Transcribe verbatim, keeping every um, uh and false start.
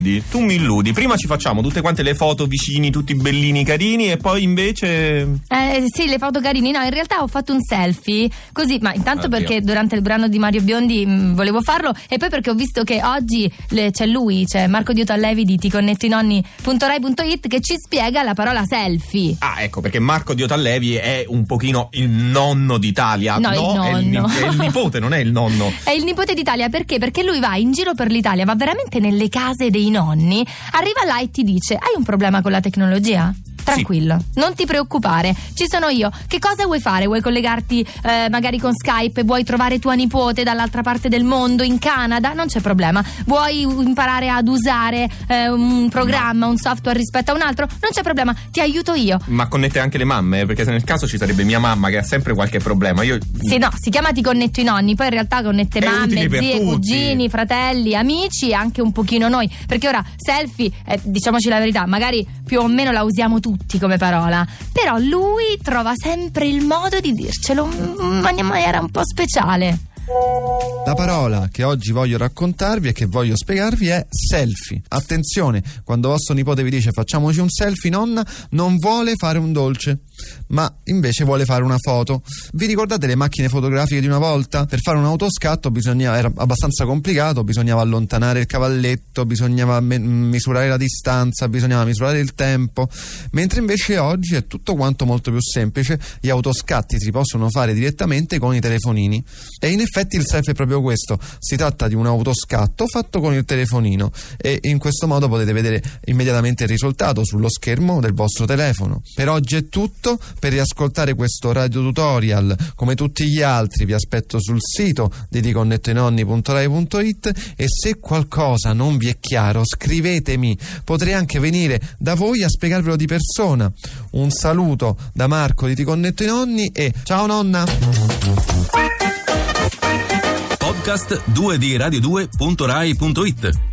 Tu mi illudi, prima ci facciamo tutte quante le foto vicini, tutti bellini, carini, e poi invece... Eh sì, le foto carini, no, in realtà ho fatto un selfie, così, ma intanto Oddio. perché durante il brano di Mario Biondi mh, volevo farlo, e poi perché ho visto che oggi le, c'è lui, c'è Marco Diotallevi di ti connetto i nonni punto rai punto it che ci spiega la parola selfie. Ah, ecco, perché Marco Diotallevi è un pochino il nonno d'Italia. No, il È il, nonno. è il nipote, non è il nonno. È il nipote d'Italia, perché? Perché lui va in giro per l'Italia, va veramente nelle case dei nonni, arriva là e ti dice: hai un problema con la tecnologia? Tranquillo, sì. Non ti preoccupare, ci sono io. Che cosa vuoi fare? Vuoi collegarti eh, magari con Skype? Vuoi trovare tua nipote dall'altra parte del mondo, in Canada? Non c'è problema. Vuoi imparare ad usare eh, un programma, no. un software rispetto a un altro? Non c'è problema, ti aiuto io. Ma connette anche le mamme? Perché se nel caso ci sarebbe mia mamma che ha sempre qualche problema. Io... Sì, no, si chiama Ti connetto i nonni, poi in realtà connette È mamme, zie, tutti. cugini, fratelli, amici e anche un pochino noi. Perché ora selfie, eh, diciamoci la verità, magari più o meno la usiamo tutti come parola, però lui trova sempre il modo di dircelo in maniera un po' speciale. La parola che oggi voglio raccontarvi e che voglio spiegarvi è selfie. Attenzione, quando vostro nipote vi dice facciamoci un selfie, nonna, non vuole fare un dolce, ma invece vuole fare una foto. Vi ricordate le macchine fotografiche di una volta? Per fare un autoscatto bisognava, era abbastanza complicato, bisognava allontanare il cavalletto, bisognava me- misurare la distanza, bisognava misurare il tempo, mentre invece oggi è tutto quanto molto più semplice. Gli autoscatti si possono fare direttamente con i telefonini e in effetti il selfie è proprio questo, si tratta di un autoscatto fatto con il telefonino e in questo modo potete vedere immediatamente il risultato sullo schermo del vostro telefono. Per oggi è tutto. Per riascoltare questo radio tutorial come tutti gli altri vi aspetto sul sito di ti connetto i nonni punto rai punto it e se qualcosa non vi è chiaro scrivetemi, potrei anche venire da voi a spiegarvelo di persona. Un saluto da Marco di Ti connetto i nonni e ciao nonna. Podcast due di radio due punto rai punto it